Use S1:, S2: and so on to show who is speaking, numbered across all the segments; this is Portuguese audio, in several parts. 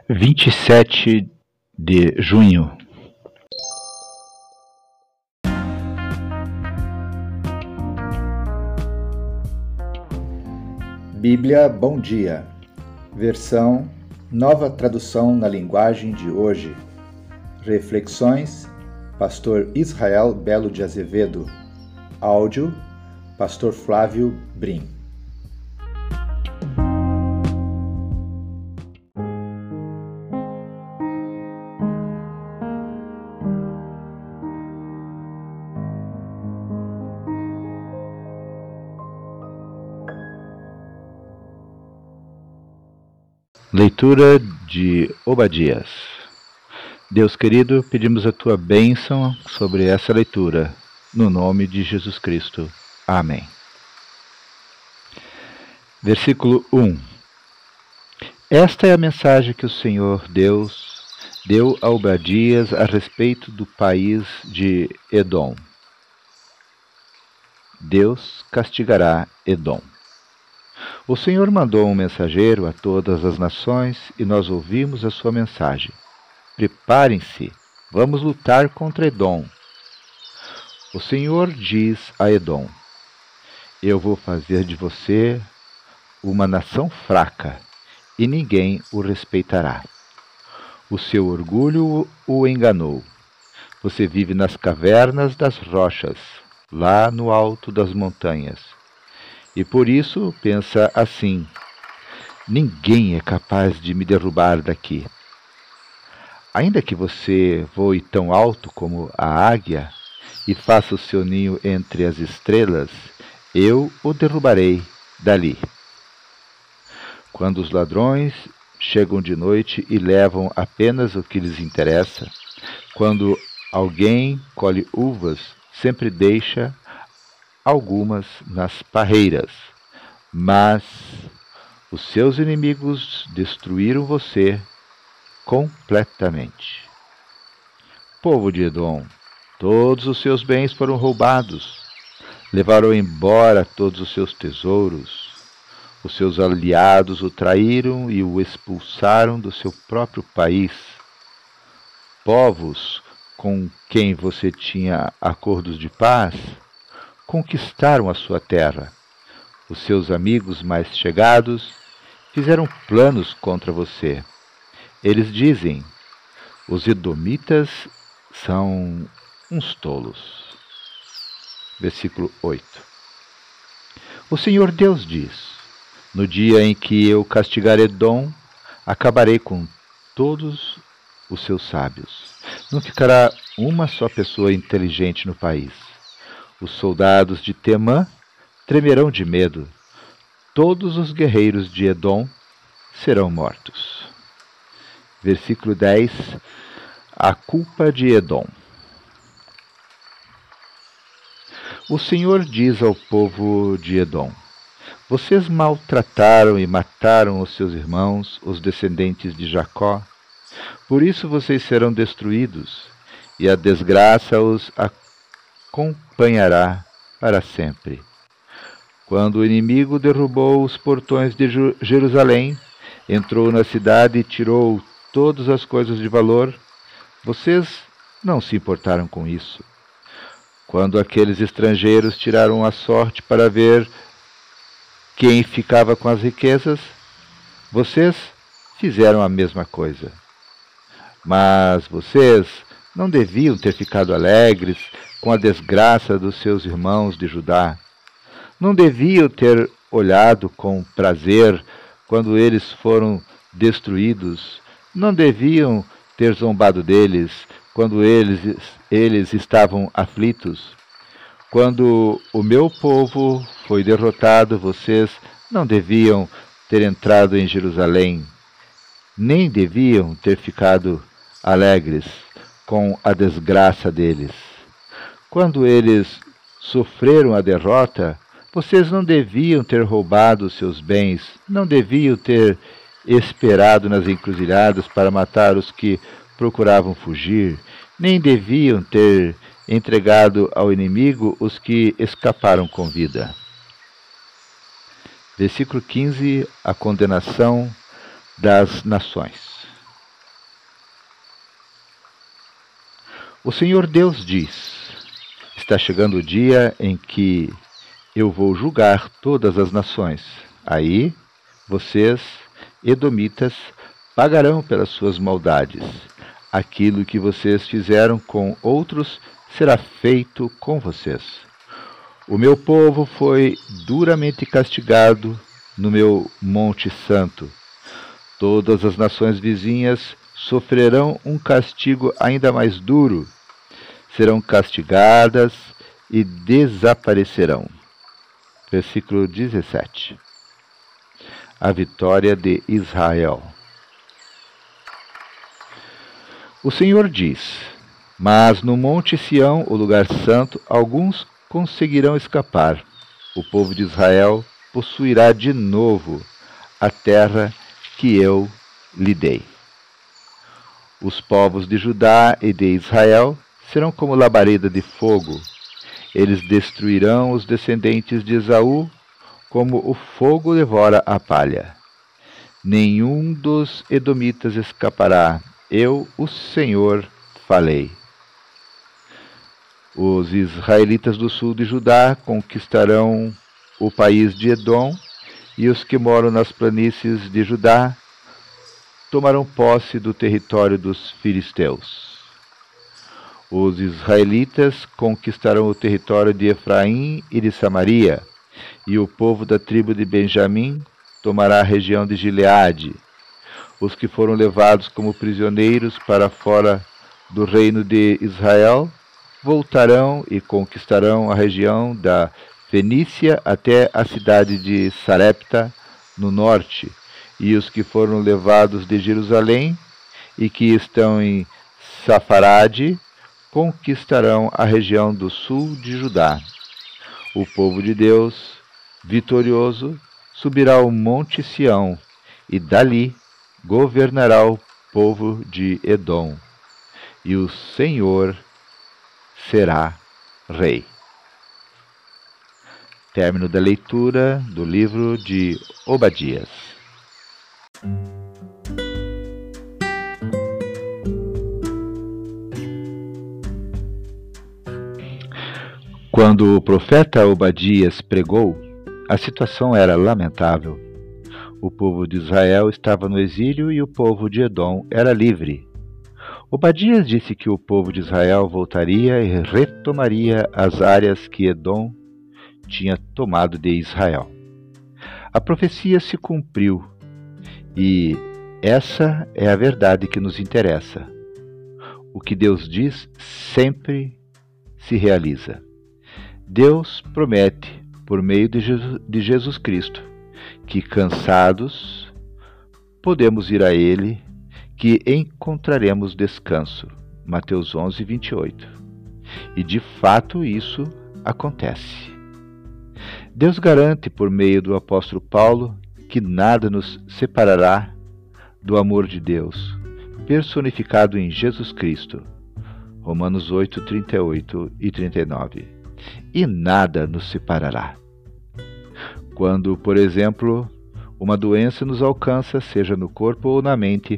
S1: 27 de junho.
S2: Bíblia Bom Dia, versão Nova Tradução na Linguagem de Hoje. Reflexões, Pastor Israel Belo de Azevedo. Áudio, Pastor Flávio Brim.
S1: Leitura de Obadias. Deus querido, pedimos a tua bênção sobre essa leitura, no nome de Jesus Cristo. Amém. Versículo 1. Esta é a mensagem que o Senhor Deus deu a Obadias a respeito do país de Edom. Deus castigará Edom. O Senhor mandou um mensageiro a todas as nações e nós ouvimos a sua mensagem. Preparem-se, vamos lutar contra Edom. O Senhor diz a Edom: eu vou fazer de você uma nação fraca e ninguém o respeitará. O seu orgulho o enganou. Você vive nas cavernas das rochas, lá no alto das montanhas. E por isso pensa assim: ninguém é capaz de me derrubar daqui. Ainda que você voe tão alto como a águia e faça o seu ninho entre as estrelas, eu o derrubarei dali. Quando os ladrões chegam de noite e levam apenas o que lhes interessa, quando alguém colhe uvas, sempre deixa algumas nas parreiras, mas os seus inimigos destruíram você completamente. Povo de Edom, todos os seus bens foram roubados, levaram embora todos os seus tesouros, os seus aliados o traíram e o expulsaram do seu próprio país. Povos com quem você tinha acordos de paz conquistaram a sua terra. Os seus amigos mais chegados fizeram planos contra você. Eles dizem: os edomitas são uns tolos. Versículo 8. O Senhor Deus diz: no dia em que eu castigar Edom, acabarei com todos os seus sábios. Não ficará uma só pessoa inteligente no país. Os soldados de Temã tremerão de medo. Todos os guerreiros de Edom serão mortos. Versículo 10. A culpa de Edom. O Senhor diz ao povo de Edom: vocês maltrataram e mataram os seus irmãos, os descendentes de Jacó. Por isso vocês serão destruídos, e a desgraça os acompanhará para sempre. Quando o inimigo derrubou os portões de Jerusalém, entrou na cidade e tirou todas as coisas de valor, vocês não se importaram com isso. Quando aqueles estrangeiros tiraram a sorte para ver quem ficava com as riquezas, vocês fizeram a mesma coisa. Mas vocês não deviam ter ficado alegres com a desgraça dos seus irmãos de Judá. Não deviam ter olhado com prazer quando eles foram destruídos. Não deviam ter zombado deles quando eles estavam aflitos. Quando o meu povo foi derrotado, vocês não deviam ter entrado em Jerusalém, nem deviam ter ficado alegres com a desgraça deles. Quando eles sofreram a derrota, vocês não deviam ter roubado os seus bens, não deviam ter esperado nas encruzilhadas para matar os que procuravam fugir, nem deviam ter entregado ao inimigo os que escaparam com vida. Versículo 15, a condenação das nações. O Senhor Deus diz: está chegando o dia em que eu vou julgar todas as nações. Aí vocês, edomitas, pagarão pelas suas maldades. Aquilo que vocês fizeram com outros será feito com vocês. O meu povo foi duramente castigado no meu Monte Santo. Todas as nações vizinhas sofrerão um castigo ainda mais duro. Serão castigadas e desaparecerão. Versículo 17. A vitória de Israel. O Senhor diz: mas no Monte Sião, o lugar santo, alguns conseguirão escapar. O povo de Israel possuirá de novo a terra que eu lhe dei. Os povos de Judá e de Israel serão como labareda de fogo. Eles destruirão os descendentes de Esaú, como o fogo devora a palha. Nenhum dos edomitas escapará. Eu, o Senhor, falei. Os israelitas do sul de Judá conquistarão o país de Edom, e os que moram nas planícies de Judá tomarão posse do território dos filisteus. Os israelitas conquistarão o território de Efraim e de Samaria, e o povo da tribo de Benjamim tomará a região de Gileade. Os que foram levados como prisioneiros para fora do reino de Israel voltarão e conquistarão a região da Fenícia até a cidade de Sarepta, no norte, e os que foram levados de Jerusalém e que estão em Safarade conquistarão a região do sul de Judá. O povo de Deus, vitorioso, subirá ao Monte Sião, e dali governará o povo de Edom, e o Senhor será rei. Término da leitura do livro de Obadias. Quando o profeta Obadias pregou, a situação era lamentável. O povo de Israel estava no exílio e o povo de Edom era livre. Obadias disse que o povo de Israel voltaria e retomaria as áreas que Edom tinha tomado de Israel. A profecia se cumpriu, e essa é a verdade que nos interessa. O que Deus diz sempre se realiza. Deus promete, por meio de Jesus Cristo, que cansados podemos ir a Ele, que encontraremos descanso. Mateus 11, 28. E de fato isso acontece. Deus garante, por meio do apóstolo Paulo, que nada nos separará do amor de Deus, personificado em Jesus Cristo. Romanos 8, 38 e 39. E nada nos separará. Quando, por exemplo, uma doença nos alcança, seja no corpo ou na mente,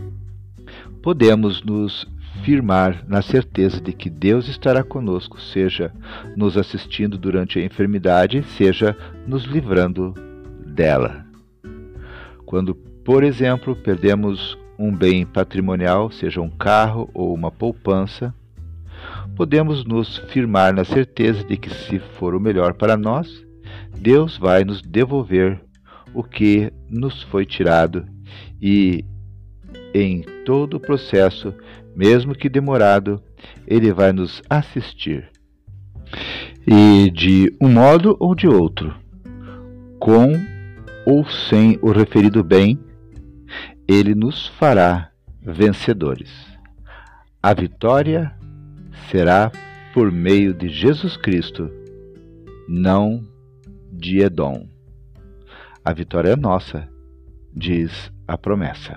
S1: podemos nos firmar na certeza de que Deus estará conosco, seja nos assistindo durante a enfermidade, seja nos livrando dela. Quando, por exemplo, perdemos um bem patrimonial, seja um carro ou uma poupança, podemos nos firmar na certeza de que, se for o melhor para nós, Deus vai nos devolver o que nos foi tirado, e em todo o processo, mesmo que demorado, Ele vai nos assistir. E de um modo ou de outro, com ou sem o referido bem, Ele nos fará vencedores. A vitória será por meio de Jesus Cristo, não de Edom. A vitória é nossa, diz a promessa.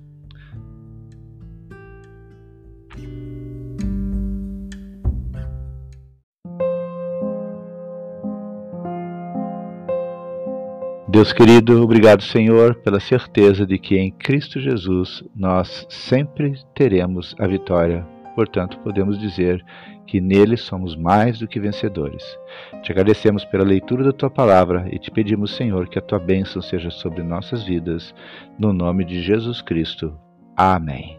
S1: Deus querido, obrigado, Senhor, pela certeza de que em Cristo Jesus nós sempre teremos a vitória Portanto, podemos dizer que nele somos mais do que vencedores. Te agradecemos pela leitura da tua palavra e te pedimos, Senhor, que a tua bênção seja sobre nossas vidas, no nome de Jesus Cristo. Amém.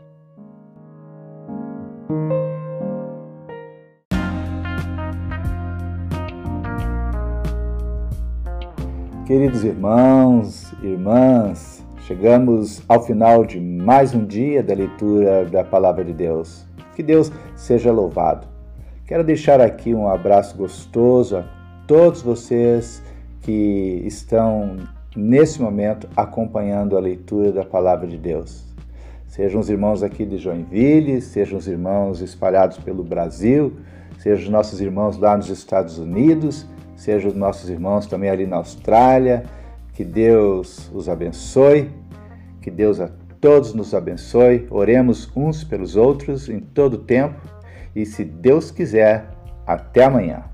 S2: Queridos irmãos, irmãs, chegamos ao final de mais um dia da leitura da Palavra de Deus. Que Deus seja louvado. Quero deixar aqui um abraço gostoso a todos vocês que estão, nesse momento, acompanhando a leitura da Palavra de Deus. Sejam os irmãos aqui de Joinville, sejam os irmãos espalhados pelo Brasil, sejam os nossos irmãos lá nos Estados Unidos, sejam os nossos irmãos também ali na Austrália. Que Deus os abençoe, que Deus a todos nos abençoe. Oremos uns pelos outros em todo o tempo e, se Deus quiser, até amanhã.